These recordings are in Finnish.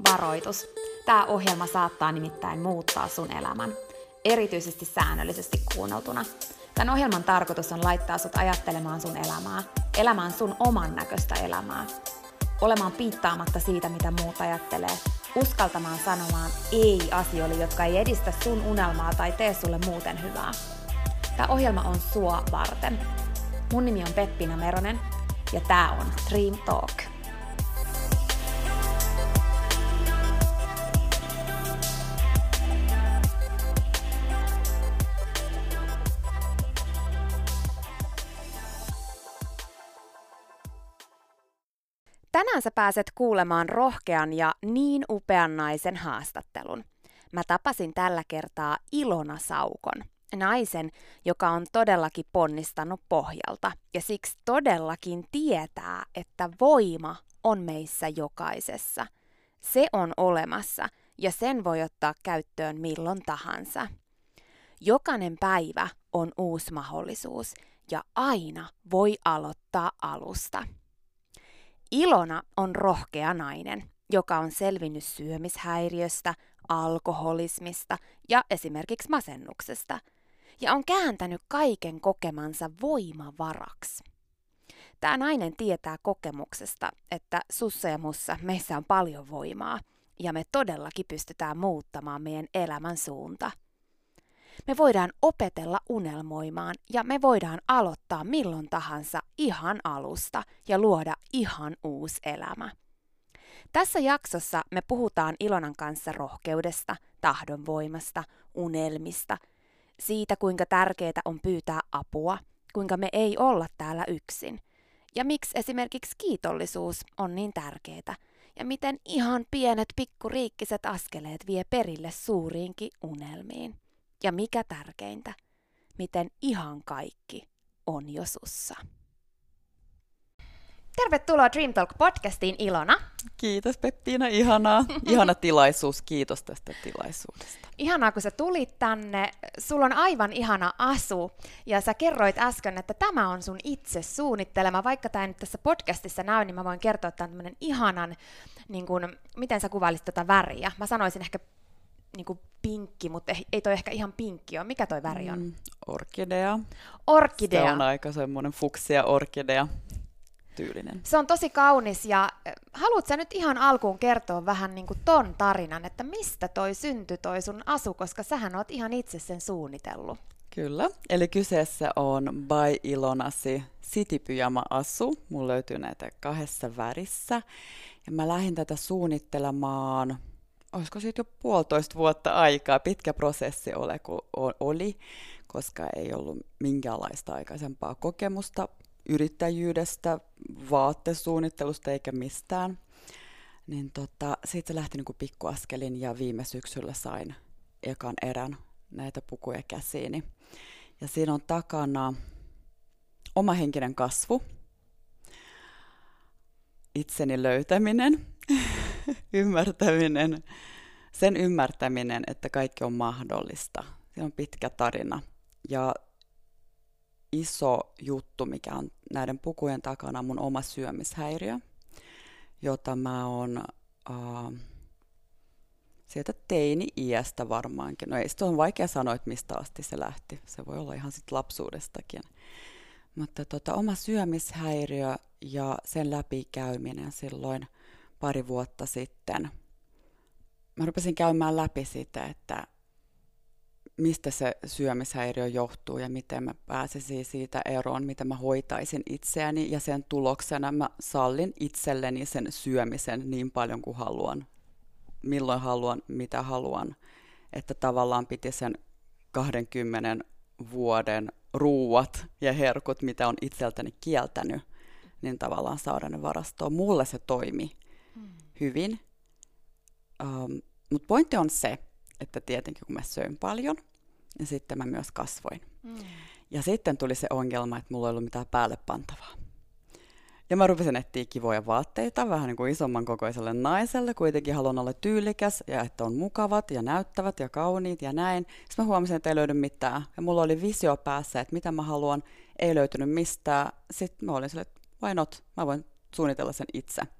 Varoitus. Tämä ohjelma saattaa nimittäin muuttaa sun elämän, erityisesti säännöllisesti kuunneltuna. Tämän ohjelman tarkoitus on laittaa sut ajattelemaan sun elämää, elämään sun oman näköistä elämää, olemaan piittaamatta siitä, mitä muut ajattelee, uskaltamaan sanomaan ei asioille, jotka ei edistä sun unelmaa tai tee sulle muuten hyvää. Tämä ohjelma on sua varten. Mun nimi on Peppina Meronen ja tää on Dream Talk. Tänään sä pääset kuulemaan rohkean ja niin upean naisen haastattelun. Mä tapasin tällä kertaa Ilona Saukon, naisen, joka on todellakin ponnistanut pohjalta ja siksi todellakin tietää, että voima on meissä jokaisessa. Se on olemassa ja sen voi ottaa käyttöön milloin tahansa. Jokainen päivä on uusi mahdollisuus ja aina voi aloittaa alusta. Ilona on rohkea nainen, joka on selvinnyt syömishäiriöstä, alkoholismista ja esimerkiksi masennuksesta, ja on kääntänyt kaiken kokemansa voimavaraksi. Tämä nainen tietää kokemuksesta, että sussa ja mussa meissä on paljon voimaa, ja me todellakin pystytään muuttamaan meidän elämän suunta. Me voidaan opetella unelmoimaan ja me voidaan aloittaa milloin tahansa ihan alusta ja luoda ihan uusi elämä. Tässä jaksossa me puhutaan Ilonan kanssa rohkeudesta, tahdonvoimasta, unelmista, siitä kuinka tärkeää on pyytää apua, kuinka me ei olla täällä yksin ja miksi esimerkiksi kiitollisuus on niin tärkeää ja miten ihan pienet pikkuriikkiset askeleet vie perille suuriinkin unelmiin. Ja mikä tärkeintä, miten ihan kaikki on jo sussa. Tervetuloa Dream Talk-podcastiin, Ilona. Kiitos Peppiina, ihanaa. Ihana tilaisuus, kiitos tästä tilaisuudesta. Ihanaa, kun sä tulit tänne. Sulla on aivan ihana asu ja sä kerroit äsken, että tämä on sun itse suunnittelema. Vaikka tämä ei nyt tässä podcastissa näy, niin mä voin kertoa, että tämä on tämmöinen ihanan, niin kun, miten sä kuvailisit tuota väriä. Mä sanoisin ehkä niin kuin pinkki, mutta ei toi ehkä ihan pinkki ole. Mikä toi väri on? Orkidea. Orkidea. Se on aika semmoinen fuksia orkidea tyylinen. Se on tosi kaunis ja haluatko sä nyt ihan alkuun kertoa vähän niin kuin ton tarinan, että mistä toi syntyi toi sun asu, koska sähän oot ihan itse sen suunnitellut. Kyllä, eli kyseessä on By Ilonasi City Pyjama-asu. Mulla löytyy näitä 2 värissä ja mä lähdin tätä suunnittelemaan. Olisiko siitä jo 1,5 vuotta aikaa, pitkä prosessi oli, koska ei ollut minkäänlaista aikaisempaa kokemusta yrittäjyydestä, vaattesuunnittelusta eikä mistään. Niin siitä se lähti niinku pikkuaskelin ja viime syksyllä sain ekan erän näitä pukuja käsiini. Ja siinä on takana oma henkinen kasvu, itseni löytäminen, sen ymmärtäminen, että kaikki on mahdollista. Se on pitkä tarina. Ja iso juttu, mikä on näiden pukujen takana, mun oma syömishäiriö, jota mä oon sieltä teini-iästä varmaankin. No ei, sitä on vaikea sanoa, että mistä asti se lähti. Se voi olla ihan sit lapsuudestakin. Mutta oma syömishäiriö ja sen läpikäyminen silloin 2 vuotta sitten. Mä rupesin käymään läpi sitä, että mistä se syömishäiriö johtuu ja miten mä pääsisin siitä eroon, miten mä hoitaisin itseäni ja sen tuloksena mä sallin itselleni sen syömisen niin paljon kuin haluan, milloin haluan, mitä haluan, että tavallaan piti sen 20 vuoden ruuat ja herkut, mitä on itseltäni kieltänyt, niin tavallaan saada ne varastoon. Mulle se toimi hyvin, mutta pointti on se, että tietenkin kun mä söin paljon, niin sitten mä myös kasvoin. Ja sitten tuli se ongelma, että mulla ei ollut mitään päälle pantavaa. Ja mä rupesin etsiä kivoja vaatteita, vähän niin kuin isomman kokoiselle naiselle. Kuitenkin haluan olla tyylikäs ja että on mukavat ja näyttävät ja kauniit ja näin. Sitten mä huomasin, että ei löydy mitään. Ja mulla oli visio päässä, että mitä mä haluan, ei löytynyt mistään. Sitten mä olin silleen, että why not? Mä voin suunnitella sen itse.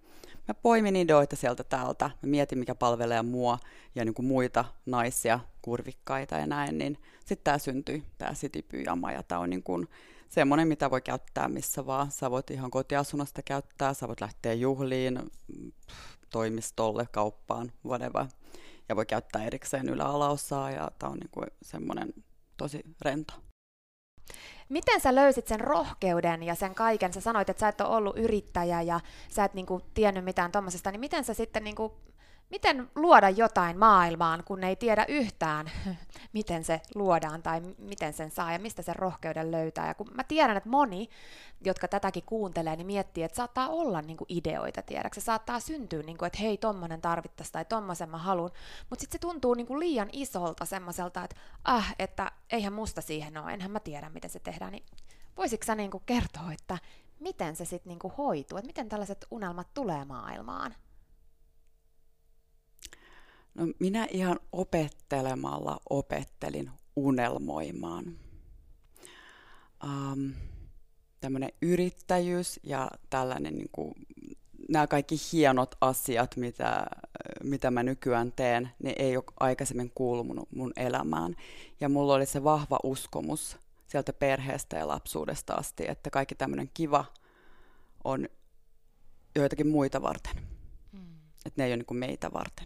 Mä poimin ideoita sieltä täältä, mä mietin mikä palvelee mua ja niin kuin muita naisia, kurvikkaita ja näin, niin sitten tää syntyi, tää Citypyjama, ja tää on niin kuin semmoinen, mitä voi käyttää missä vaan. Sä voit ihan kotiasunnosta käyttää, sä voit lähteä juhliin, toimistolle, kauppaan, whatever. Ja voi käyttää erikseen ylä-alaosaa, ja tää on niin kuin semmoinen tosi rento. Miten sä löysit sen rohkeuden ja sen kaiken? Sä sanoit, että sä et ole ollut yrittäjä ja sä et niinku tiennyt mitään tommosesta, niin miten sä sitten miten luoda jotain maailmaan, kun ei tiedä yhtään, miten se luodaan tai miten sen saa ja mistä sen rohkeuden löytää. Ja kun mä tiedän, että moni, jotka tätäkin kuuntelee, niin miettii, että saattaa olla ideoita, tiedäksä. Se saattaa syntyä, että hei, tommonen tarvittaisi tai tommosen mä haluun. Mutta sitten se tuntuu liian isolta semmoiselta, että eihän musta siihen ole, enhän mä tiedä, miten se tehdään. Niin voisitko sä kertoa, että miten se sitten hoituu, että miten tällaiset unelmat tulee maailmaan? No minä ihan opettelemalla opettelin unelmoimaan. Tämmöinen yrittäjyys ja tällainen, nämä kaikki hienot asiat, mitä mä nykyään teen, ne ei ole aikaisemmin kuulunut mun elämään. Ja mulla oli se vahva uskomus sieltä perheestä ja lapsuudesta asti, että kaikki tämmöinen kiva on joitakin muita varten. Että ne ei ole meitä varten.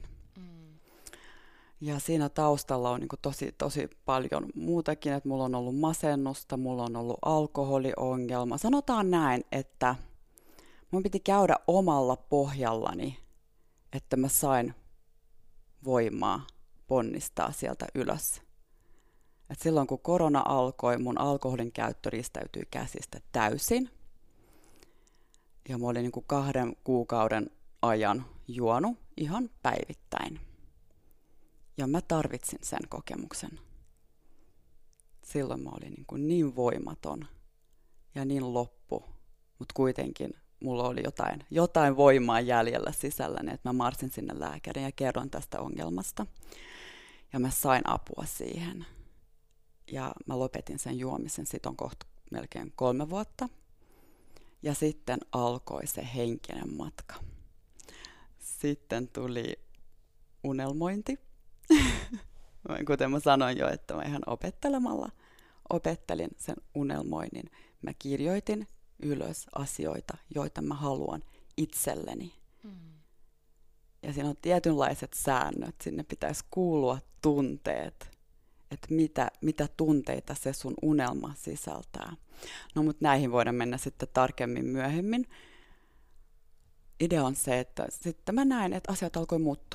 Ja siinä taustalla on tosi paljon muutakin, että mulla on ollut masennusta, mulla on ollut alkoholiongelma. Sanotaan näin, että mun piti käydä omalla pohjallani, että mä sain voimaa ponnistaa sieltä ylös. Et silloin kun korona alkoi, mun alkoholin käyttö ristäytyi käsistä täysin. Ja mä olin 2 kuukauden ajan juonut ihan päivittäin. Ja mä tarvitsin sen kokemuksen. Silloin mä olin niin voimaton ja niin loppu, mutta kuitenkin mulla oli jotain voimaa jäljellä sisälläni, että mä marssin sinne lääkäriin ja kerron tästä ongelmasta. Ja mä sain apua siihen. Ja mä lopetin sen juomisen, siitä on kohta melkein 3 vuotta. Ja sitten alkoi se henkinen matka. Sitten tuli unelmointi. Kuten mä sanoin jo, että mä ihan opettelemalla opettelin sen unelmoinnin. Mä kirjoitin ylös asioita, joita mä haluan itselleni. Ja siinä on tietynlaiset säännöt. Sinne pitäisi kuulua tunteet, että mitä tunteita se sun unelma sisältää. No mutta näihin voidaan mennä sitten tarkemmin myöhemmin. Idea on se, että sitten mä näin, että asiat alkoi muuttua.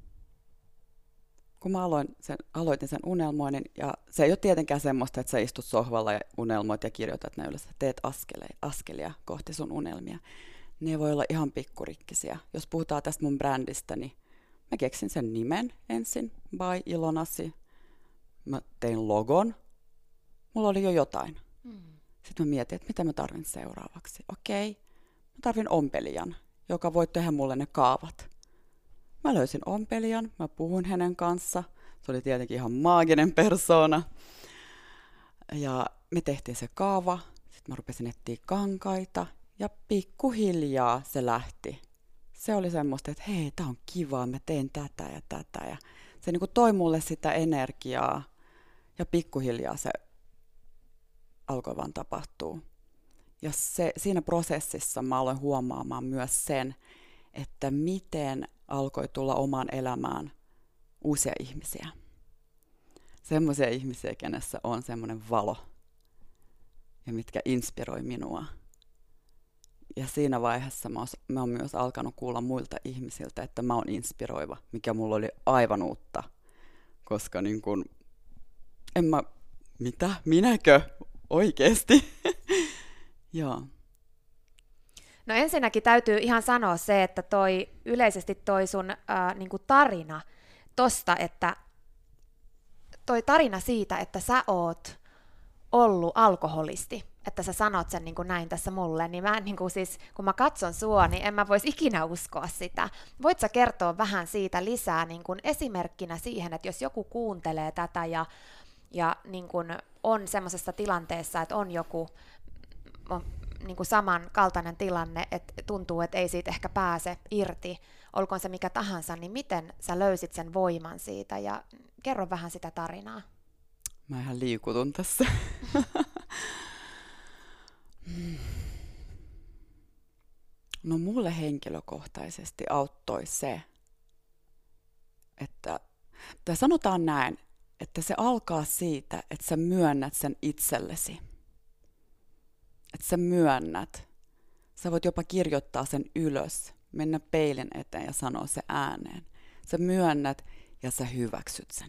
Kun mä aloitin sen unelmoinnin, ja se ei ole tietenkään semmoista, että sä istut sohvalla ja unelmoit ja kirjoitat ne ylös, teet askelia kohti sun unelmia. Ne voi olla ihan pikkurikkisiä. Jos puhutaan tästä mun brändistä, niin mä keksin sen nimen ensin, by Ilonasi. Mä tein logon. Mulla oli jo jotain. Sitten mä mietin, että mitä mä tarvin seuraavaksi. Okei, mä tarvin ompelijan, joka voi tehdä mulle ne kaavat. Mä löysin ompelijan, mä puhuin hänen kanssa. Se oli tietenkin ihan maaginen persoona. Ja me tehtiin se kaava. Sitten mä rupesin etsiä kankaita. Ja pikkuhiljaa se lähti. Se oli semmoista, että hei, tää on kivaa, mä teen tätä ja tätä. Ja se toi mulle sitä energiaa. Ja pikkuhiljaa se alkoi vaan tapahtua. Ja siinä prosessissa mä aloin huomaamaan myös sen, että miten alkoi tulla omaan elämään uusia ihmisiä. Semmoisia ihmisiä, kenessä on semmoinen valo ja mitkä inspiroi minua. Ja siinä vaiheessa mä oon myös alkanut kuulla muilta ihmisiltä, että mä oon inspiroiva, mikä mulla oli aivan uutta. Koska minäkö? Oikeesti? Joo. No ensinnäkin täytyy ihan sanoa se, että yleisesti toi sun tarina tosta, että toi tarina siitä, että sä oot ollut alkoholisti, että sä sanot sen näin tässä mulle, niin mä siis, kun mä katson sua, niin en mä vois ikinä uskoa sitä. Voit sä kertoa vähän siitä lisää esimerkkinä siihen, että jos joku kuuntelee tätä ja on semmoisessa tilanteessa, että on joku niin kuin samankaltainen tilanne, että tuntuu, että ei siitä ehkä pääse irti, olkoon se mikä tahansa, niin miten sä löysit sen voiman siitä ja kerro vähän sitä tarinaa. Mä ihan liikutun tässä. No mulle henkilökohtaisesti auttoi se, tai sanotaan näin, että se alkaa siitä, että sä myönnät sen itsellesi. Että sä myönnät. Sä voit jopa kirjoittaa sen ylös, mennä peilin eteen ja sanoa se ääneen. Sä myönnät ja sä hyväksyt sen.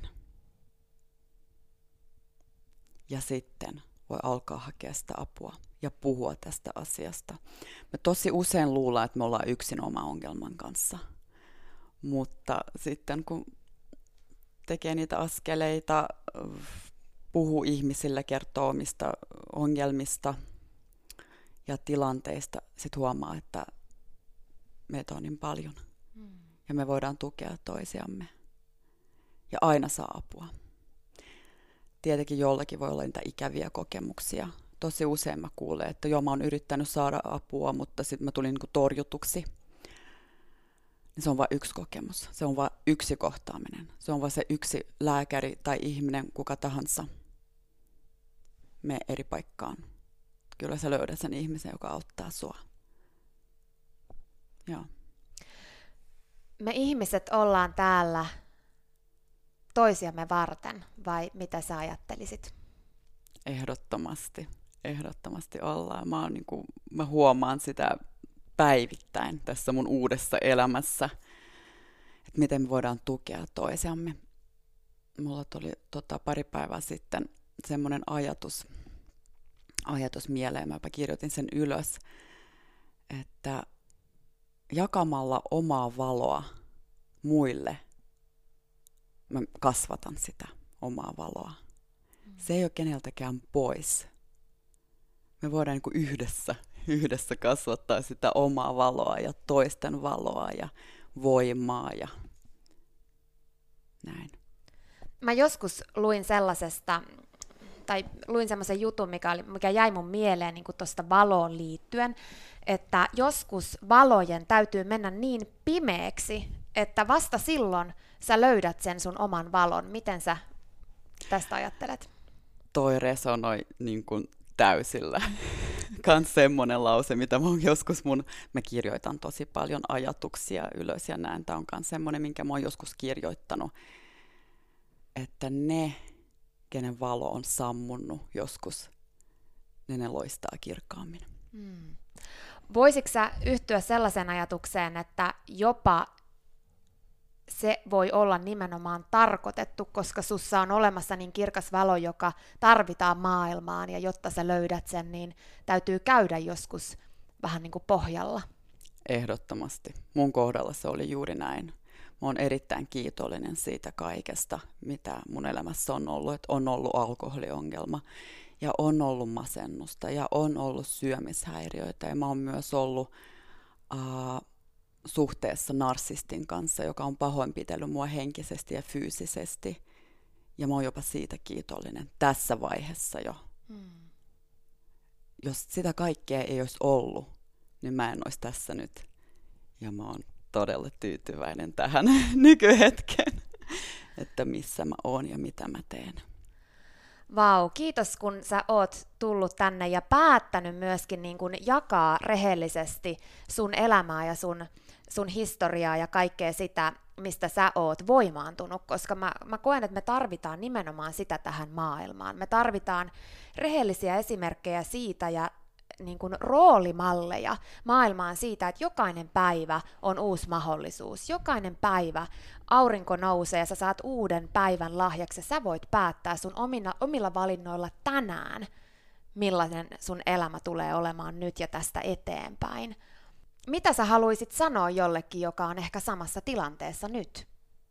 Ja sitten voi alkaa hakea sitä apua ja puhua tästä asiasta. Me tosi usein luullaan, että me ollaan yksin oma ongelman kanssa. Mutta sitten kun tekee niitä askeleita, puhuu ihmisille, kertoo omista ongelmista ja tilanteista, sitten huomaa, että meitä on niin paljon. Ja me voidaan tukea toisiamme. Ja aina saa apua. Tietenkin jollakin voi olla niitä ikäviä kokemuksia. Tosi usein mä kuulen, että joo, mä oon yrittänyt saada apua, mutta sitten mä tulin niin torjutuksi. Niin se on vain yksi kokemus. Se on vain yksi kohtaaminen. Se on vain se yksi lääkäri tai ihminen, kuka tahansa. Mene eri paikkaan. Kyllä sä löydät sen ihmisen, joka auttaa sua. Joo. Me ihmiset ollaan täällä toisiamme varten, vai mitä sä ajattelisit? Ehdottomasti ollaan. Mä huomaan sitä päivittäin tässä mun uudessa elämässä, että miten me voidaan tukea toisiamme. Mulla tuli pari päivää sitten semmoinen ajatus mieleen, mä kirjoitin sen ylös, että jakamalla omaa valoa muille, mä kasvatan sitä omaa valoa. Se ei ole keneltäkään pois. Me voidaan yhdessä kasvattaa sitä omaa valoa ja toisten valoa ja voimaa ja näin. Mä joskus luin semmoisen jutun, mikä jäi mun mieleen niin tuosta valoon liittyen, että joskus valojen täytyy mennä niin pimeäksi, että vasta silloin sä löydät sen sun oman valon. Miten sä tästä ajattelet? Toi resonoi niin kuin täysillä. Kans semmoinen lause, mitä mä kirjoitan tosi paljon ajatuksia ylös ja näin. Tämä on kans semmoinen, minkä mä oon joskus kirjoittanut, että ne, kenen valo on sammunut joskus, ne loistaa kirkkaammin. Voisitko sä yhtyä sellaiseen ajatukseen, että jopa se voi olla nimenomaan tarkoitettu, koska sussa on olemassa niin kirkas valo, joka tarvitaan maailmaan, ja jotta sä löydät sen, niin täytyy käydä joskus vähän niin kuin pohjalla. Ehdottomasti. Mun kohdalla se oli juuri näin. Mä oon erittäin kiitollinen siitä kaikesta, mitä mun elämässä on ollut. Että on ollut alkoholiongelma, ja on ollut masennusta, ja on ollut syömishäiriöitä, ja mä oon myös ollut suhteessa narsistin kanssa, joka on pahoinpitellyt mua henkisesti ja fyysisesti. Ja mä oon jopa siitä kiitollinen tässä vaiheessa jo. Jos sitä kaikkea ei olisi ollut, niin mä en olisi tässä nyt. Ja mä oon todella tyytyväinen tähän nykyhetkeen, että missä mä oon ja mitä mä teen. Vau, kiitos kun sä oot tullut tänne ja päättänyt myöskin niin kun jakaa rehellisesti sun elämää ja sun historiaa ja kaikkea sitä, mistä sä oot voimaantunut, koska mä koen, että me tarvitaan nimenomaan sitä tähän maailmaan. Me tarvitaan rehellisiä esimerkkejä siitä ja niin kuin roolimalleja maailmaan siitä, että jokainen päivä on uusi mahdollisuus. Jokainen päivä aurinko nousee ja sä saat uuden päivän lahjaksi. Sä voit päättää sun omilla valinnoilla tänään, millainen sun elämä tulee olemaan nyt ja tästä eteenpäin. Mitä sä haluaisit sanoa jollekin, joka on ehkä samassa tilanteessa nyt?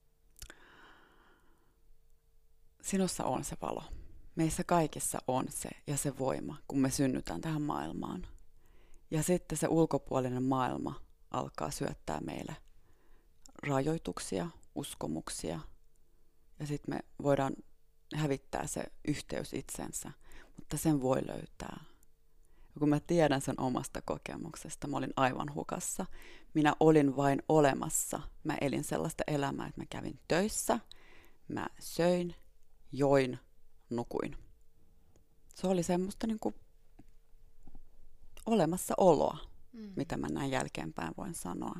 Sinussa on se valo. Meissä kaikissa on se ja se voima, kun me synnytään tähän maailmaan. Ja sitten se ulkopuolinen maailma alkaa syöttää meille rajoituksia, uskomuksia. Ja sitten me voidaan hävittää se yhteys itsensä, mutta sen voi löytää. Ja kun mä tiedän sen omasta kokemuksesta, mä olin aivan hukassa. Minä olin vain olemassa. Mä elin sellaista elämää, että mä kävin töissä, mä söin, join, nukuin. Se oli semmoista niin kuin olemassaoloa, mitä mä näin jälkeenpäin voin sanoa.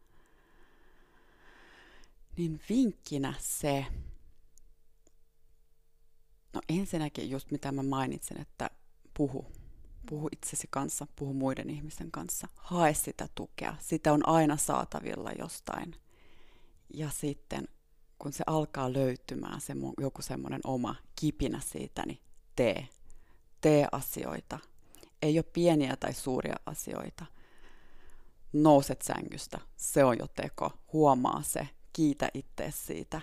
Niin vinkkinä se, no ensinnäkin just mitä mä mainitsin, että puhu itsesi kanssa, puhu muiden ihmisten kanssa, hae sitä tukea, sitä on aina saatavilla jostain. Ja sitten kun se alkaa löytymään se joku semmoinen oma kipinä siitä, niin tee asioita. Ei ole pieniä tai suuria asioita. Nouset sängystä, se on jo teko, huomaa se, kiitä itseäsi siitä.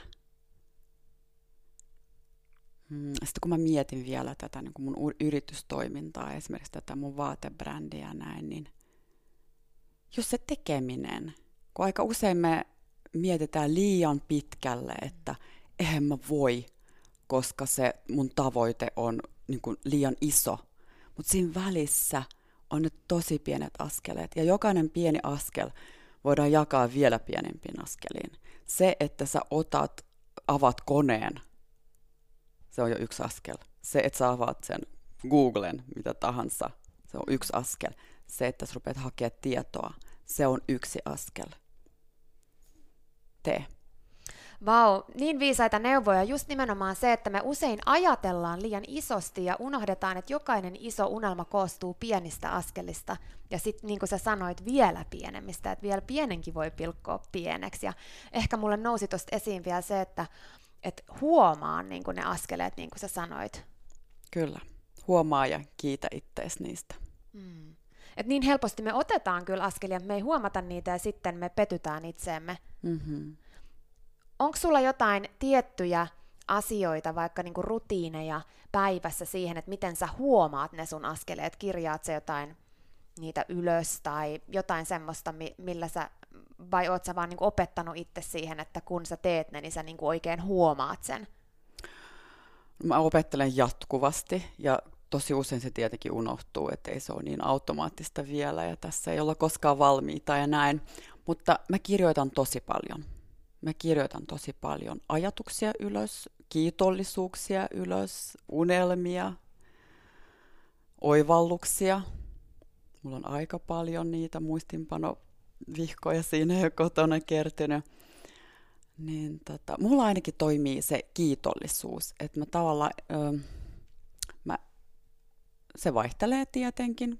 Sitten kun mä mietin vielä tätä niin kuin mun yritystoimintaa, esimerkiksi tätä mun vaatebrändiä ja näin, niin jos se tekeminen, kun aika usein me mietitään liian pitkälle, että eihän mä voi, koska se mun tavoite on niin kuin liian iso, mutta siinä välissä on nyt tosi pienet askeleet, ja jokainen pieni askel voidaan jakaa vielä pienempiin askeliin. Se, että sä avaat koneen, se on jo yksi askel. Se, että sä avaat sen Googlen, mitä tahansa, se on yksi askel. Se, että sä rupeat hakemaan tietoa, se on yksi askel. Tee. Vau, niin viisaita neuvoja. Just nimenomaan se, että me usein ajatellaan liian isosti ja unohdetaan, että jokainen iso unelma koostuu pienistä askelista. Ja sitten niin kuin sä sanoit, vielä pienemmistä, että vielä pienenkin voi pilkkoa pieneksi. Ja ehkä mulle nousi tuosta esiin vielä se, että huomaa niin kuin ne askeleet, niin kuin sä sanoit. Kyllä, huomaa ja kiitä ittees niistä. Et niin helposti me otetaan kyllä askelia, me ei huomata niitä ja sitten me petytään itseemme. Onko sulla jotain tiettyjä asioita, vaikka niinku rutiineja päivässä siihen, että miten sä huomaat ne sun askeleet, kirjaat sä jotain niitä ylös tai jotain semmoista, millä sä, vai oot sä vaan niinku opettanut itse siihen, että kun sä teet ne, niin sä niinku oikein huomaat sen? Mä opettelen jatkuvasti ja tosi usein se tietenkin unohtuu, että ei se ole niin automaattista vielä ja tässä ei olla koskaan valmiita ja näin, mutta mä kirjoitan tosi paljon. Mä kirjoitan tosi paljon ajatuksia ylös, kiitollisuuksia ylös, unelmia, oivalluksia. Mulla on aika paljon niitä muistinpanovihkoja siinä jo kotona kertynyt. Niin mulla ainakin toimii se kiitollisuus, että mä tavallaan, se vaihtelee tietenkin.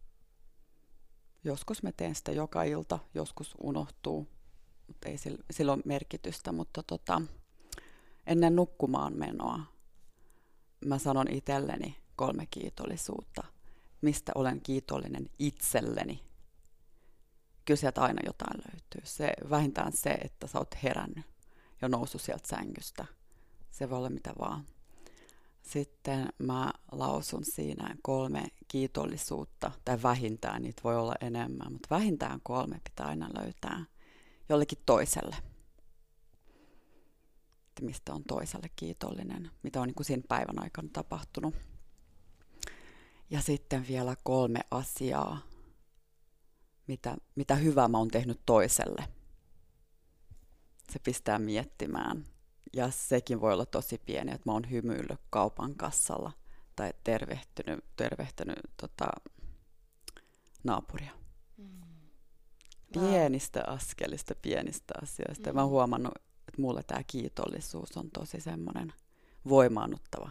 Joskus mä teen sitä joka ilta, joskus unohtuu. Mutta ei sillä ole merkitystä, mutta ennen nukkumaan menoa mä sanon itselleni 3 kiitollisuutta, mistä olen kiitollinen itselleni. Kyllä sieltä aina jotain löytyy. Vähintään se, että sä oot herännyt ja noussut sieltä sängystä. Se voi olla mitä vaan. Sitten mä lausun siinä 3 kiitollisuutta, tai vähintään, niitä voi olla enemmän, mutta vähintään 3 pitää aina löytää jollekin toiselle. Että mistä on toiselle kiitollinen, mitä on niin kuin siinä päivän aikana tapahtunut. Ja sitten vielä 3 asiaa, mitä hyvää mä oon tehnyt toiselle. Se pistää miettimään. Ja sekin voi olla tosi pieni, että mä oon hymyillyt kaupan kassalla tai tervehtynyt naapuria. Pienistä askelista, pienistä asioista. Ja mä oon huomannut, että mulle tämä kiitollisuus on tosi semmoinen voimaannuttava.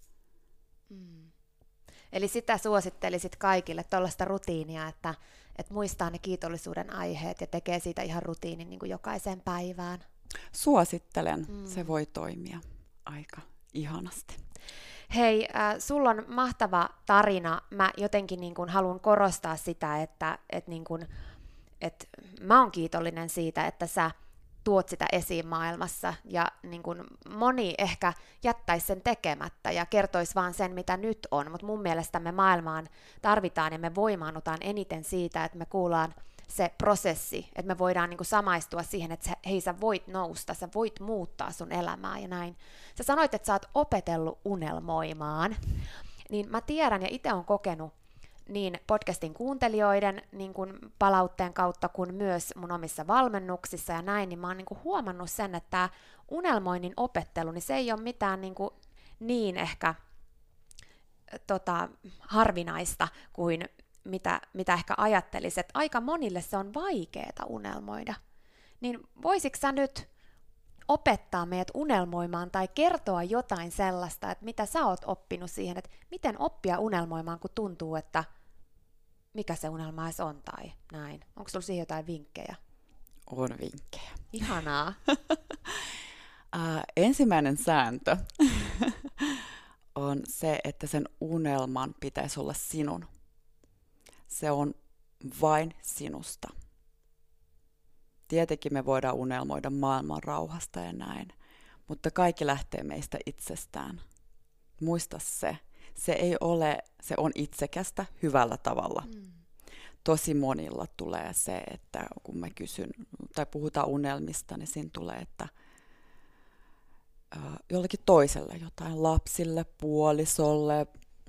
Eli sitä suosittelisit kaikille, tuollaista rutiinia, että muistaa ne kiitollisuuden aiheet ja tekee siitä ihan rutiinin niin kuin jokaiseen päivään. Suosittelen, se voi toimia aika ihanasti. Hei, sulla on mahtava tarina. Mä jotenkin niin kuin haluan korostaa sitä, että mä oon kiitollinen siitä, että sä tuot sitä esiin maailmassa ja niin kuin moni ehkä jättäisi sen tekemättä ja kertoisi vaan sen, mitä nyt on, mutta mun mielestä me maailmaan tarvitaan ja me voimaannutaan eniten siitä, että me kuullaan se prosessi, että me voidaan niin kuin samaistua siihen, että hei, sä voit nousta, sä voit muuttaa sun elämää ja näin. Sä sanoit, että sä oot opetellut unelmoimaan, niin mä tiedän ja itse olen kokenut niin podcastin kuuntelijoiden niin kuin palautteen kautta kuin myös mun omissa valmennuksissa ja näin, niin mä oon niin kuin huomannut sen, että tämä unelmoinnin opettelu, niin se ei ole mitään niin ehkä harvinaista kuin mitä ehkä ajattelisit, että aika monille se on vaikeaa unelmoida. Niin voisitko sä nyt opettaa meidät unelmoimaan tai kertoa jotain sellaista, että mitä sä oot oppinut siihen, että miten oppia unelmoimaan, kun tuntuu, että mikä se unelma edes on tai näin. Onko sulla siihen jotain vinkkejä? On vinkkejä. Ihanaa. Ensimmäinen sääntö on se, että sen unelman pitäisi olla sinun. Se on vain sinusta. Tietenkin me voidaan unelmoida maailman rauhasta ja näin, mutta kaikki lähtee meistä itsestään. Muista se. Se on itsekästä hyvällä tavalla. Tosi monilla tulee se, että kun mä kysyn tai puhutaan unelmista, niin siinä tulee, että jollekin toiselle jotain, lapsille, puolisolle,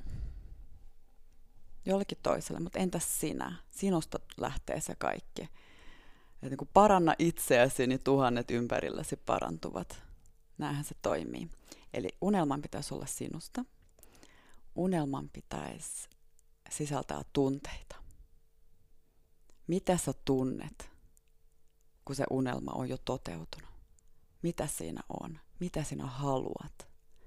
jollekin toiselle, mutta entäs sinä? Sinusta lähtee se kaikki. Että niin kun paranna itseäsi, niin tuhannet ympärilläsi parantuvat. Näinhän se toimii. Eli unelman pitäisi olla sinusta. Unelman pitäisi sisältää tunteita. Mitä sä tunnet, kun se unelma on jo toteutunut? Mitä siinä on? Mitä sinä haluat?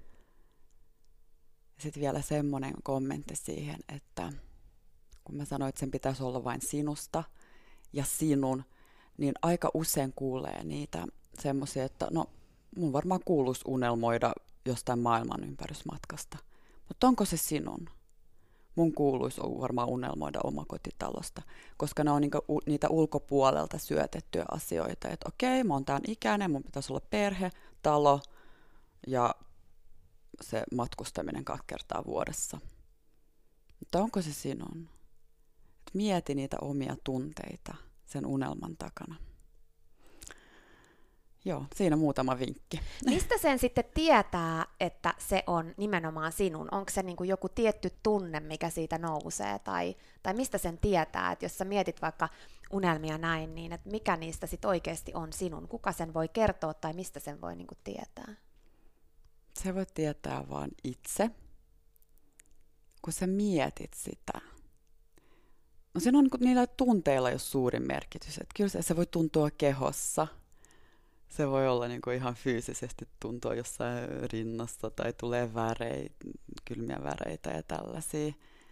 Sitten vielä semmoinen kommentti siihen, että kun mä sanoin, että sen pitäisi olla vain sinusta ja sinun, niin aika usein kuulee niitä semmoisia, että no mun varmaan kuuluisi unelmoida jostain maailman ympärysmatkasta. Mutta onko se sinun? Mun kuuluisi varmaan unelmoida omakotitalosta, koska ne on niitä ulkopuolelta syötettyjä asioita, että okei, mä oon tämän ikäinen, mun pitäisi olla perhe, talo ja se matkustaminen 2 kertaa vuodessa. Mutta onko se sinun? Et mieti niitä omia tunteita sen unelman takana. Joo, siinä muutama vinkki. Mistä sen sitten tietää, että se on nimenomaan sinun? Onko se niin kuin joku tietty tunne, mikä siitä nousee? Tai mistä sen tietää, että jos sä mietit vaikka unelmia näin, niin että mikä niistä sitten oikeasti on sinun? Kuka sen voi kertoa tai mistä sen voi niin kuin tietää? Se voi tietää vaan itse, kun sä mietit sitä. No siinä on niillä tunteilla jo suurin merkitys. Että kyllä se voi tuntua kehossa. Se voi olla ihan fyysisesti tuntua jossain rinnassa tai tulee väreitä, kylmiä väreitä ja tällaisia.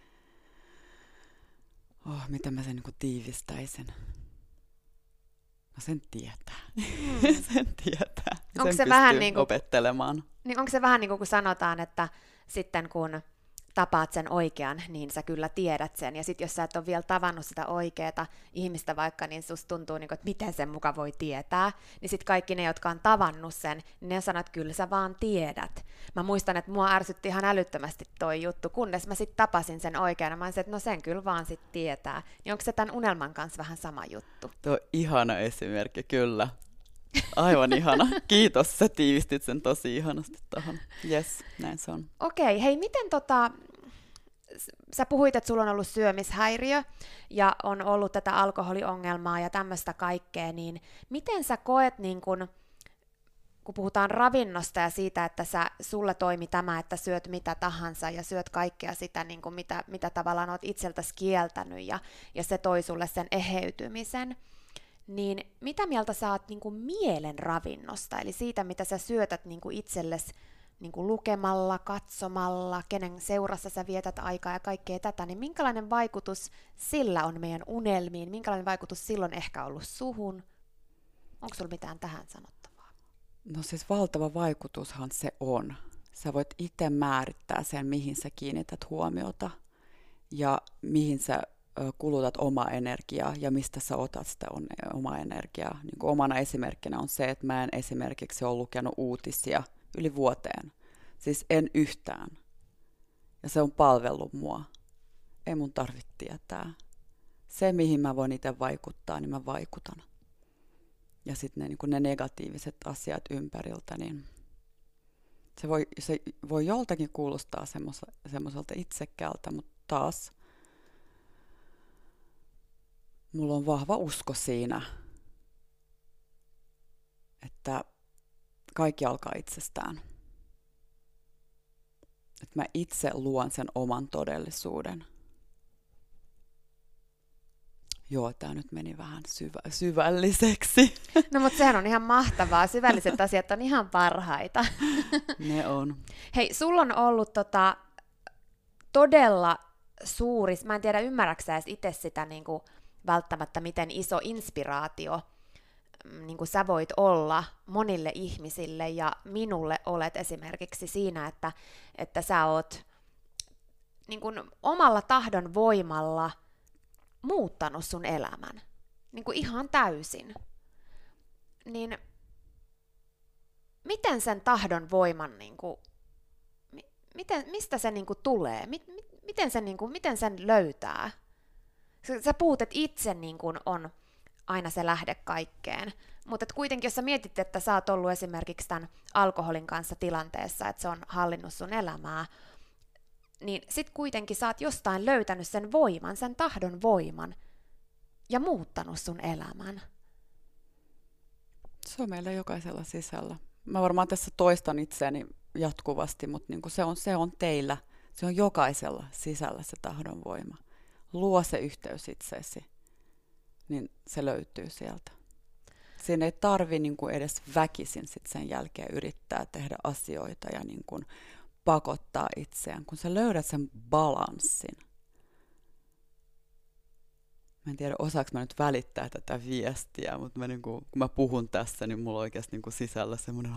Miten mä sen tiivistäisin? No sen tietää. Sen tietää. Onko sen se vähän opettelemaan. Niin onko se vähän niin kuin kun sanotaan, että sitten kun tapaat sen oikean, niin sä kyllä tiedät sen. Ja sitten jos sä et ole vielä tavannut sitä oikeaa ihmistä vaikka, niin susta tuntuu, että miten sen muka voi tietää. Niin sitten kaikki ne, jotka on tavannut sen, niin ne sanoo, että kyllä sä vaan tiedät. Mä muistan, että mua ärsytti ihan älyttömästi toi juttu, kunnes mä sitten tapasin sen oikeana. Mä olisin, että no sen kyllä vaan sitten tietää. Niin onko se tämän unelman kanssa vähän sama juttu? Tuo on ihana esimerkki, kyllä. Aivan ihana. Kiitos, sä tiivistit sen tosi ihanasti tuohon. Jes, näin se on. Okei, hei, miten sä puhuit, että sulla on ollut syömishäiriö ja on ollut tätä alkoholiongelmaa ja tämmöistä kaikkea, niin miten sä koet, niin kun puhutaan ravinnosta ja siitä, että sulle toimi tämä, että syöt mitä tahansa ja syöt kaikkea sitä, niin kun mitä tavallaan oot itseltäsi kieltänyt ja se toi sulle sen eheytymisen, niin mitä mieltä sä oot niin kuin mielen ravinnosta, eli siitä, mitä sä syötät niin kuin itsellesi niin kuin lukemalla, katsomalla, kenen seurassa sä vietät aikaa ja kaikkea tätä, niin minkälainen vaikutus sillä on meidän unelmiin, minkälainen vaikutus silloin ehkä ollut suhun? Onko sulla mitään tähän sanottavaa? No siis valtava vaikutushan se on. Sä voit itse määrittää sen, mihin sä kiinnität huomiota ja mihin sä kulutat omaa energiaa ja mistä sä otat sitä omaa energiaa. Niin kuin omana esimerkkinä on se, että mä en esimerkiksi ole lukenut uutisia yli vuoteen. Siis en yhtään. Ja se on palvellut mua. Ei mun tarvitse tietää. Se, mihin mä voin itse vaikuttaa, niin mä vaikutan. Ja sitten ne negatiiviset asiat ympäriltä, niin se voi joltakin kuulostaa semmoiselta itsekkäältä, mutta taas mulla on vahva usko siinä, että kaikki alkaa itsestään. Että mä itse luon sen oman todellisuuden. Joo, tää nyt meni vähän syvälliseksi. No mutta sehän on ihan mahtavaa. Syvälliset asiat on ihan parhaita. Ne on. Hei, sulla on ollut todella suuri, mä en tiedä ymmärräksä edes itse sitä niin kuin, välttämättä miten iso inspiraatio niin kuin sä voit olla monille ihmisille ja minulle olet esimerkiksi siinä, että sä oot niin kuin, omalla tahdon voimalla muuttanut sun elämän niin kuin ihan täysin. Niin miten sen tahdon voiman, niin kuin, mistä se niin kuin, tulee? Miten sen löytää? Sä puhut, että itse niin kuin, on aina se lähde kaikkeen. Mutta kuitenkin, jos sä mietit, että sä oot ollut esimerkiksi tämän alkoholin kanssa tilanteessa, että se on hallinnut sun elämää, niin sit kuitenkin sä oot jostain löytänyt sen voiman, sen tahdon voiman, ja muuttanut sun elämän. Se on meillä jokaisella sisällä. Mä varmaan tässä toistan itseäni jatkuvasti, mutta niin kuin se on teillä, se on jokaisella sisällä se tahdon voima. Luo se yhteys itseesi, niin se löytyy sieltä. Siinä ei tarvi niin kuin edes väkisin sit sen jälkeen yrittää tehdä asioita ja niin kuin pakottaa itseään, kun sä löydät sen balanssin. Mä en tiedä, osaanko mä nyt välittää tätä viestiä, mutta mä kun mä puhun tässä, niin mulla on oikeasti sisällä semmoinen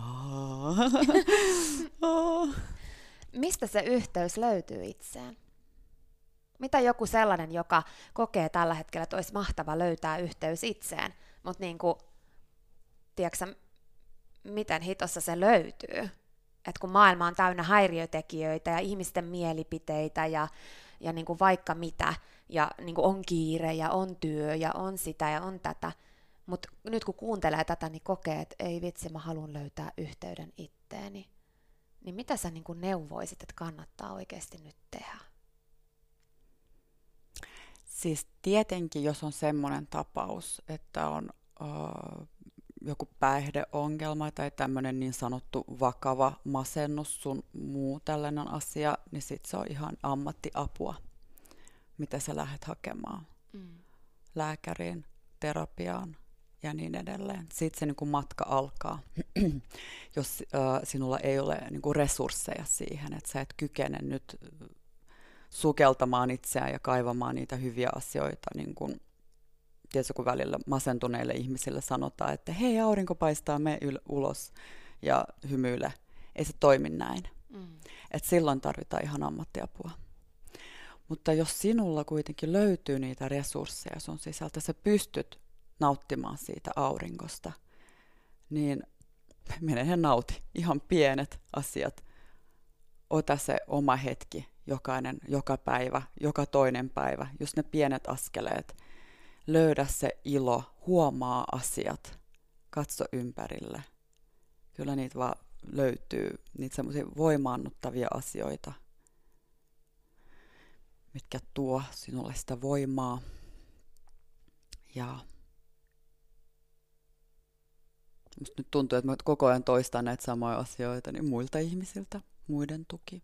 Mistä se yhteys löytyy itseen? Mitä joku sellainen, joka kokee tällä hetkellä, että olisi mahtava löytää yhteys itseen, mutta tiedätkö, miten hitossa se löytyy? Että kun maailma on täynnä häiriötekijöitä ja ihmisten mielipiteitä ja niin kuin vaikka mitä, ja niin kuin on kiire ja on työ ja on sitä ja on tätä, mutta nyt kun kuuntelee tätä, niin kokee, että ei vitsi, mä haluan löytää yhteyden itteeni. Niin mitä sä niin kuin neuvoisit, että kannattaa oikeasti nyt tehdä? Siis tietenkin, jos on semmoinen tapaus, että on joku päihdeongelma tai tämmöinen niin sanottu vakava masennus sun muu tällainen asia, niin sit se on ihan ammattiapua, mitä sä lähdet hakemaan lääkäriin, terapiaan ja niin edelleen. Sitten se niin kuin matka alkaa, jos sinulla ei ole niin kuin resursseja siihen, että sä et kykene nyt sukeltamaan itseään ja kaivamaan niitä hyviä asioita. Niin kuin, tiedätkö, kun välillä masentuneille ihmisille sanotaan, että hei, aurinko paistaa, mene ulos ja hymyile. Ei se toimi näin. Et silloin tarvitaan ihan ammattiapua. Mutta jos sinulla kuitenkin löytyy niitä resursseja sun sisältä, sä pystyt nauttimaan siitä aurinkosta, niin mene ja nauti. Ihan pienet asiat. Ota se oma hetki, joka päivä, joka toinen päivä, just ne pienet askeleet. Löydä se ilo, huomaa asiat, katso ympärille. Kyllä niitä vaan löytyy, niitä semmoisia voimaannuttavia asioita, mitkä tuo sinulle sitä voimaa. Ja musta nyt tuntuu, että mä koko ajan toistan näitä samoja asioita niin muilta ihmisiltä, muiden tuki.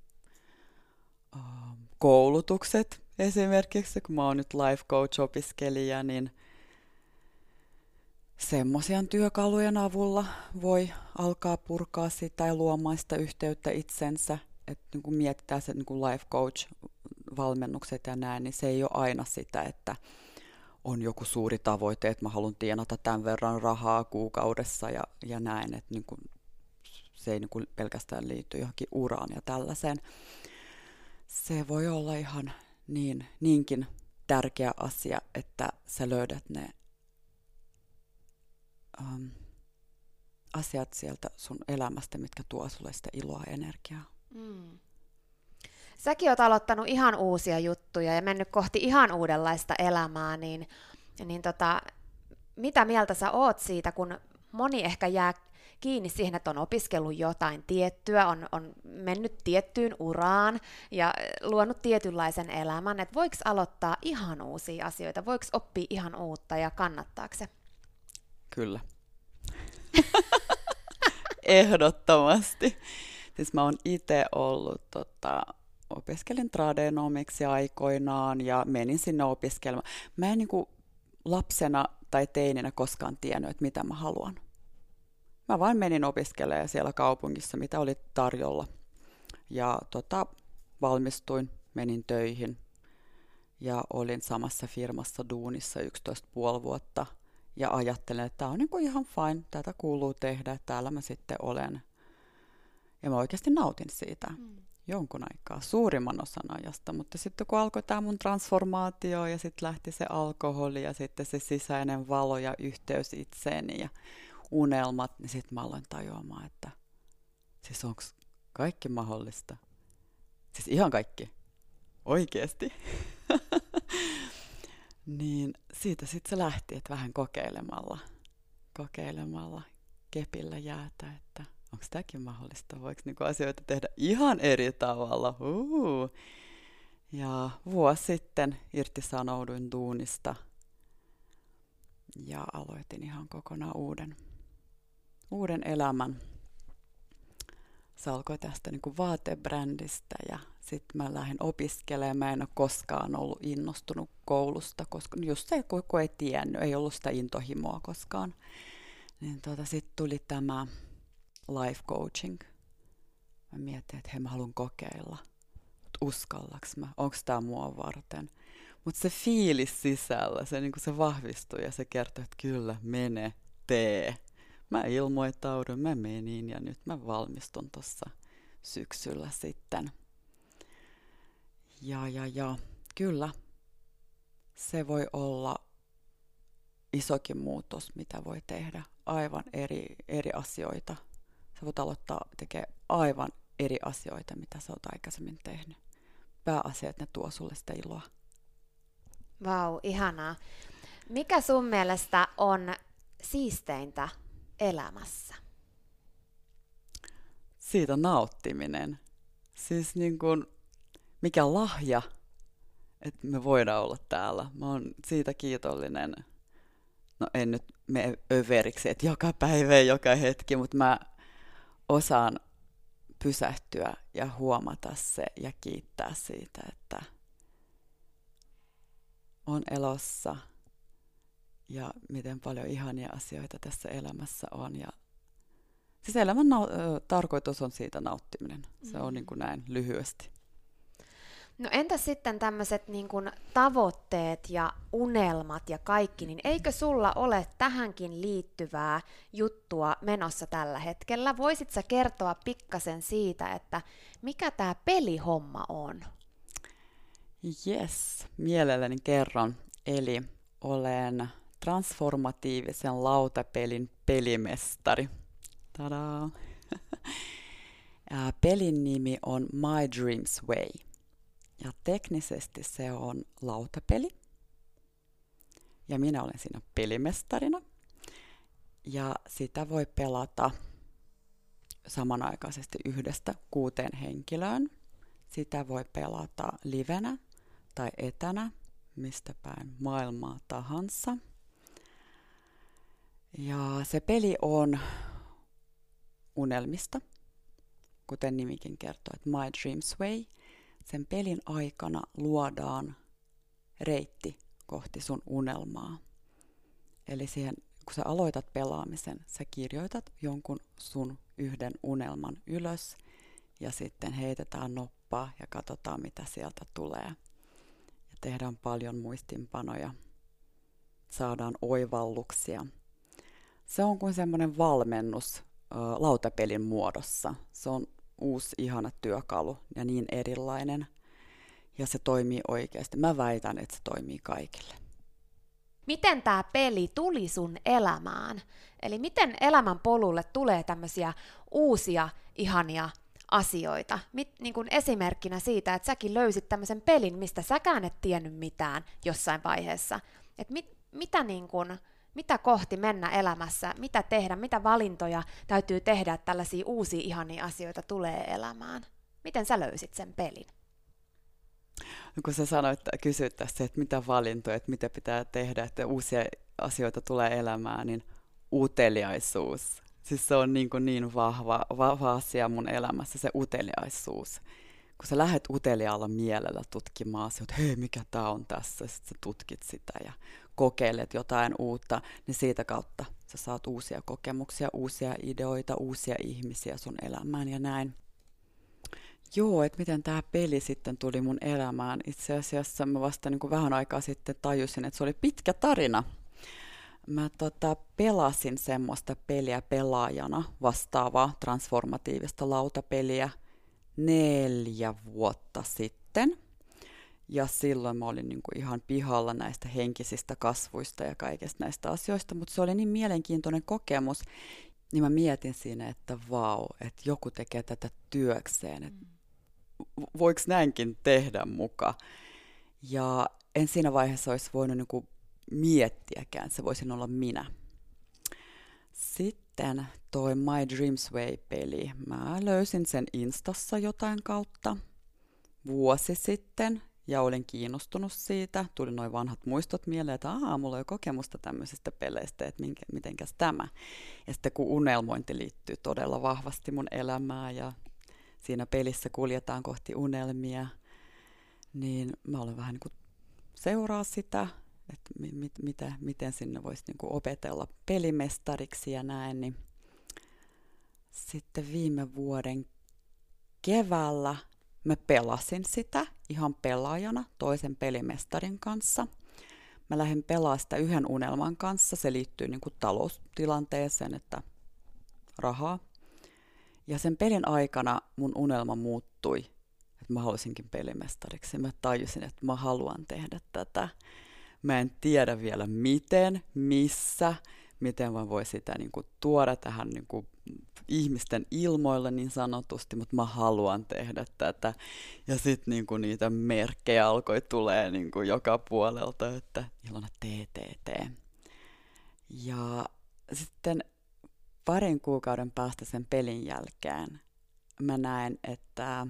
Koulutukset esimerkiksi, kun mä oon nyt life coach-opiskelija, niin semmoisen työkalujen avulla voi alkaa purkaa sitä ja luomaan sitä yhteyttä itsensä. Että niin kun mietitään se niin kun life coach-valmennukset ja näin, niin se ei ole aina sitä, että on joku suuri tavoite, että mä haluan tienata tämän verran rahaa kuukaudessa ja näin. Että niin kun se ei niin kun pelkästään liity johonkin uraan ja tällaiseen. Se voi olla ihan niinkin tärkeä asia, että sä löydät ne asiat sieltä sun elämästä, mitkä tuo sulle sitä iloa ja energiaa. Säkin oot aloittanut ihan uusia juttuja ja mennyt kohti ihan uudenlaista elämää, mitä mieltä sä oot siitä, kun moni ehkä jää kiinni siihen, että on opiskellut jotain tiettyä, on mennyt tiettyyn uraan ja luonut tietynlaisen elämän, että voiko aloittaa ihan uusia asioita, voiko oppia ihan uutta ja kannattaako se? Kyllä. Ehdottomasti. Siis mä oon itse ollut, opiskelin tradenomiksi aikoinaan ja menin sinne opiskelemaan. Mä en niinku lapsena tai teininä koskaan tiennyt, että mitä mä haluan. Mä vain menin opiskelemaan siellä kaupungissa, mitä oli tarjolla. Ja valmistuin, menin töihin ja olin samassa firmassa duunissa 11,5 vuotta. Ja ajattelin, että tämä on niinku ihan fine, tätä kuuluu tehdä, että täällä mä sitten olen. Ja mä oikeasti nautin siitä jonkun aikaa, suurimman osan ajasta. Mutta sitten kun alkoi tämä mun transformaatio ja sitten lähti se alkoholi ja sitten se sisäinen valo ja yhteys itseeni ja unelmat, niin sitten mä aloin tajuamaan, että siis onko kaikki mahdollista? Siis ihan kaikki. Oikeasti. Niin siitä sitten se lähti, että vähän kokeilemalla kepillä jäätä, että onko tämäkin mahdollista, voiko niinku asioita tehdä ihan eri tavalla. Ja vuosi sitten irtisanouduin duunista ja aloitin ihan kokonaan uuden elämän. Se alkoi tästä niinku vaatebrändistä ja sitten mä lähdin opiskelemaan. Mä en ole koskaan ollut innostunut koulusta, koska just se, kun ei tiennyt, ei ollut sitä intohimoa koskaan. Niin sitten tuli tämä life coaching. Mä mietin, että hei, mä haluan kokeilla. Uskallaks mä? Onko tää mua varten? Mutta se fiilis sisällä, se vahvistui ja se kertoi, että kyllä, mene, tee. Mä ilmoittaudun, mä menin ja nyt mä valmistun tuossa syksyllä sitten. Ja, kyllä. Se voi olla isokin muutos, mitä voi tehdä. Aivan eri asioita. Sä voit aloittaa tekemään aivan eri asioita, mitä sä oot aikaisemmin tehnyt. Pääasia, että ne tuo sulle sitä iloa. Vau, ihanaa. Mikä sun mielestä on siisteintä elämässä? Siitä nauttiminen. Siis niin kuin, mikä lahja, että me voidaan olla täällä. Mä oon siitä kiitollinen. No en nyt mene överiksi, että joka päivä ja joka hetki, mutta mä osaan pysähtyä ja huomata se ja kiittää siitä, että on elossa ja miten paljon ihania asioita tässä elämässä on. Ja siis elämän tarkoitus on siitä nauttiminen. Se on niin kuin näin lyhyesti. No entäs sitten tämmöiset niin kuin tavoitteet ja unelmat ja kaikki, niin eikö sulla ole tähänkin liittyvää juttua menossa tällä hetkellä? Voisit sä kertoa pikkasen siitä, että mikä tämä pelihomma on? Yes, mielelläni kerron. Eli olen transformatiivisen lautapelin pelimestari. Tadaa! Pelin nimi on My Dreams Way. Ja teknisesti se on lautapeli. Ja minä olen siinä pelimestarina. Ja sitä voi pelata samanaikaisesti 1-6 henkilöön. Sitä voi pelata livenä tai etänä, mistä päin maailmaa tahansa. Ja se peli on unelmista, kuten nimikin kertoo, että My Dreams Way. Sen pelin aikana luodaan reitti kohti sun unelmaa. Eli siihen, kun sä aloitat pelaamisen, sä kirjoitat jonkun sun yhden unelman ylös ja sitten heitetään noppaa ja katsotaan, mitä sieltä tulee. Ja tehdään paljon muistinpanoja, saadaan oivalluksia. Se on kuin semmoinen valmennus lautapelin muodossa. Se on uusi ihana työkalu ja niin erilainen. Ja se toimii oikeasti. Mä väitän, että se toimii kaikille. Miten tämä peli tuli sun elämään? Eli miten elämän polulle tulee tämmöisiä uusia ihania asioita? Niin kuin esimerkkinä siitä, että säkin löysit tämmöisen pelin, mistä säkään et tiennyt mitään jossain vaiheessa. Et mitä niin kuin Mitä kohti mennä elämässä, mitä tehdä, mitä valintoja täytyy tehdä, että tällaisia uusia ihania asioita tulee elämään. Miten sä löysit sen pelin? No, kun sä sanoit, kysyit tässä, että mitä valintoja, että mitä pitää tehdä, että uusia asioita tulee elämään, niin uteliaisuus. Siis se on niin vahva asia mun elämässä, se uteliaisuus. Kun sä lähdet uteliaalla mielellä tutkimaan, että hei, mikä tää on tässä, sitten sä tutkit sitä ja kokeilet jotain uutta, niin siitä kautta sä saat uusia kokemuksia, uusia ideoita, uusia ihmisiä sun elämään ja näin. Joo, että miten tämä peli sitten tuli mun elämään. Itse asiassa mä vasta niin kuin vähän aikaa sitten tajusin, että se oli pitkä tarina. Mä pelasin semmoista peliä pelaajana, vastaavaa transformatiivista lautapeliä 4 vuotta sitten. Ja silloin mä olin niin kuin ihan pihalla näistä henkisistä kasvuista ja kaikista näistä asioista, mutta se oli niin mielenkiintoinen kokemus, niin mä mietin siinä, että vau, että joku tekee tätä työkseen, että voiko näinkin tehdä muka. Ja en siinä vaiheessa olisi voinut niin kuin miettiäkään, että se voisin olla minä. Sitten toi My Dreams Way-peli, mä löysin sen Instassa jotain kautta vuosi sitten ja olin kiinnostunut siitä. Tuli noin vanhat muistot mieleen, että mulla on jo kokemusta tämmöisistä peleistä, että mitenkäs tämä. Ja sitten kun unelmointi liittyy todella vahvasti mun elämään ja siinä pelissä kuljetaan kohti unelmia, niin mä olen vähän niin kuin seuraa sitä, että miten sinne voisi niin kuin opetella pelimestariksi ja näin. Niin sitten viime vuoden keväällä mä pelasin sitä ihan pelaajana toisen pelimestarin kanssa. Mä lähdin pelaamaan sitä yhden unelman kanssa. Se liittyy niin kuin taloustilanteeseen, että rahaa. Ja sen pelin aikana mun unelma muuttui, että mä halusinkin pelimestariksi. Mä tajusin, että mä haluan tehdä tätä. Mä en tiedä vielä miten, missä, miten mä voin sitä niin kuin tuoda tähän niin kuin ihmisten ilmoille niin sanotusti, mutta mä haluan tehdä tätä. Ja sitten niin kuin niitä merkkejä alkoi tulee niin kuin joka puolelta, että Ilona TTT. Ja sitten 2 kuukauden päästä sen pelin jälkeen mä näen, että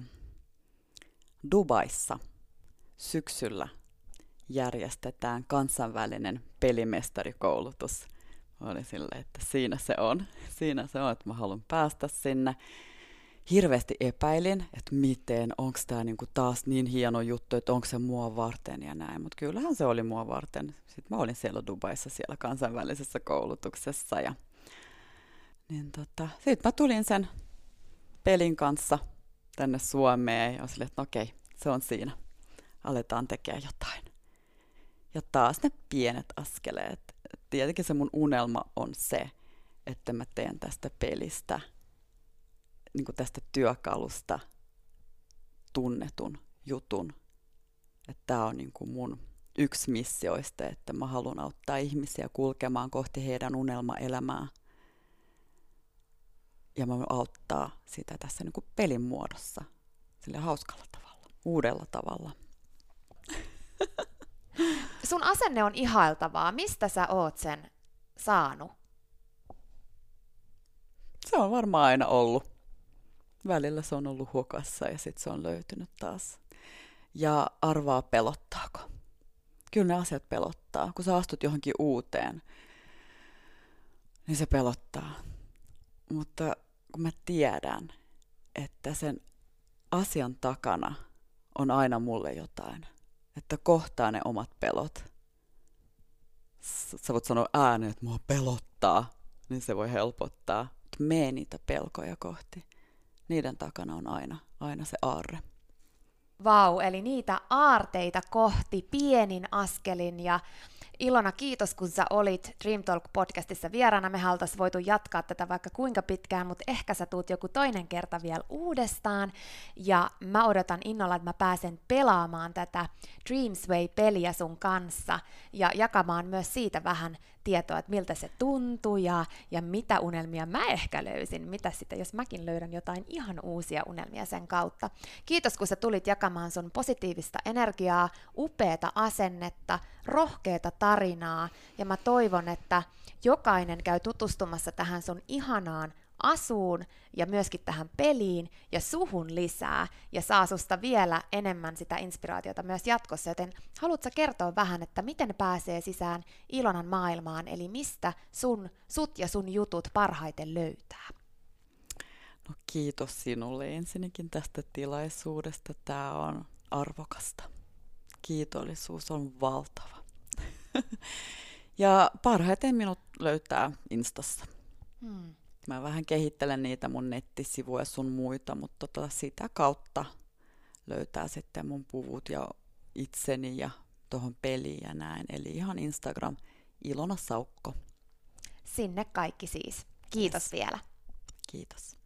Dubaissa syksyllä järjestetään kansainvälinen pelimestarikoulutus. Mä olin silleen, että siinä se on, että mä haluan päästä sinne. Hirveästi epäilin, että miten, onko tämä niinku taas niin hieno juttu, että onko se mua varten ja näin. Mutta kyllähän se oli mua varten. Sitten mä olin siellä Dubaissa siellä kansainvälisessä koulutuksessa. Ja niin sitten mä tulin sen pelin kanssa tänne Suomeen ja silleen, että okei, se on siinä. Aletaan tekemään jotain. Ja taas ne pienet askeleet. Tietenkin se mun unelma on se, että mä teen tästä pelistä, niin kuin tästä työkalusta tunnetun jutun. Että tää on niin kuin mun yksi missioista, että mä haluan auttaa ihmisiä kulkemaan kohti heidän unelmaelämää. Ja mä voin auttaa sitä tässä niin kuin pelin muodossa, sillä hauskalla tavalla, uudella tavalla. Sun asenne on ihailtavaa. Mistä sä oot sen saanut? Se on varmaan aina ollut. Välillä se on ollut hukassa ja sitten se on löytynyt taas. Ja arvaa pelottaako. Kyllä ne asiat pelottaa. Kun sä astut johonkin uuteen, niin se pelottaa. Mutta kun mä tiedän, että sen asian takana on aina mulle jotain, että kohtaa ne omat pelot. Sä voit sanoa ääneen, että mua pelottaa, niin se voi helpottaa. Mene niitä pelkoja kohti. Niiden takana on aina se aarre. Vau, eli niitä aarteita kohti pienin askelin. Ja Ilona, kiitos kun sä olit Dream Talk-podcastissa vieraana. Me oltaisiin voitu jatkaa tätä vaikka kuinka pitkään, mutta ehkä sä tuut joku toinen kerta vielä uudestaan. Ja mä odotan innolla, että mä pääsen pelaamaan tätä Dreams Way-peliä sun kanssa ja jakamaan myös siitä vähän tietoa, että miltä se tuntui ja mitä unelmia mä ehkä löysin, mitä sitten, jos mäkin löydän jotain ihan uusia unelmia sen kautta. Kiitos, kun sä tulit jakamaan sun positiivista energiaa, upeata asennetta, rohkeata tarinaa, ja mä toivon, että jokainen käy tutustumassa tähän sun ihanaan asuun ja myöskin tähän peliin ja suhun lisää ja saa susta vielä enemmän sitä inspiraatiota myös jatkossa, joten haluatko kertoa vähän, että miten pääsee sisään Ilonan maailmaan, eli mistä sut ja sun jutut parhaiten löytää? No kiitos sinulle ensinnäkin tästä tilaisuudesta, tämä on arvokasta. Kiitollisuus on valtava. Ja parhaiten minut löytää Instassa. Mä vähän kehittelen niitä mun nettisivuja sun muita, mutta sitä kautta löytää sitten mun puvut ja itseni ja tuohon peliin ja näin. Eli ihan Instagram Ilona Saukko. Sinne kaikki siis. Kiitos vielä. Kiitos.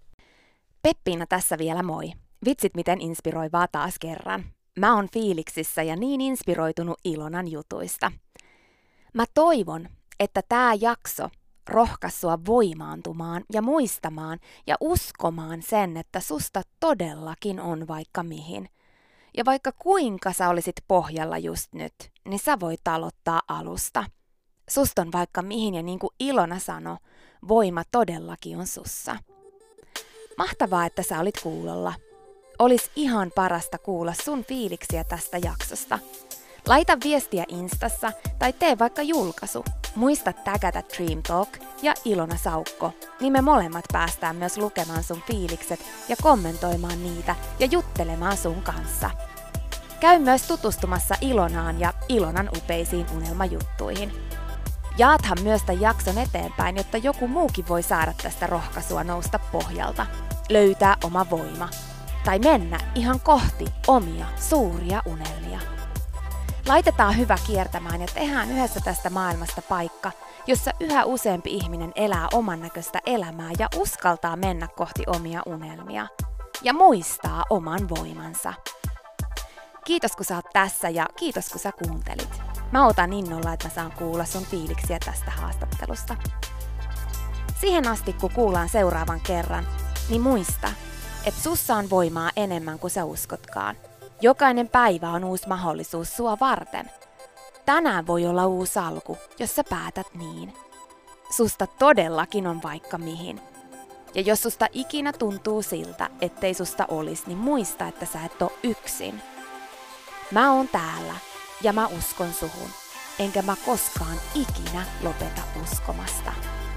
Peppiina tässä vielä moi. Vitsit miten inspiroivaa taas kerran. Mä oon fiiliksissä ja niin inspiroitunut Ilonan jutuista. Mä toivon, että tää jakso rohkaisi sua voimaantumaan ja muistamaan ja uskomaan sen, että susta todellakin on vaikka mihin. Ja vaikka kuinka sä olisit pohjalla just nyt, niin sä voit aloittaa alusta. Susta on vaikka mihin ja niin kuin Ilona sanoi, voima todellakin on sussa. Mahtavaa, että sä olit kuulolla. Olis ihan parasta kuulla sun fiiliksiä tästä jaksosta. Laita viestiä Instassa tai tee vaikka julkaisu. Muista tägätä Dream Talk ja Ilona Saukko, niin me molemmat päästään myös lukemaan sun fiilikset ja kommentoimaan niitä ja juttelemaan sun kanssa. Käy myös tutustumassa Ilonaan ja Ilonan upeisiin unelmajuttuihin. Jaathan myös tämän jakson eteenpäin, jotta joku muukin voi saada tästä rohkaisua nousta pohjalta, löytää oma voima tai mennä ihan kohti omia suuria unelmia. Laitetaan hyvä kiertämään ja tehdään yhdessä tästä maailmasta paikka, jossa yhä useampi ihminen elää oman näköistä elämää ja uskaltaa mennä kohti omia unelmia ja muistaa oman voimansa. Kiitos kun sä oot tässä ja kiitos kun sä kuuntelit. Mä otan innolla, että mä saan kuulla sun fiiliksiä tästä haastattelusta. Siihen asti kun kuullaan seuraavan kerran, niin muista, että sussa on voimaa enemmän kuin sä uskotkaan. Jokainen päivä on uusi mahdollisuus sua varten. Tänään voi olla uusi alku, jos sä päätät niin. Susta todellakin on vaikka mihin. Ja jos susta ikinä tuntuu siltä, ettei susta olisi, niin muista, että sä et oo yksin. Mä oon täällä ja mä uskon suhun, enkä mä koskaan ikinä lopeta uskomasta.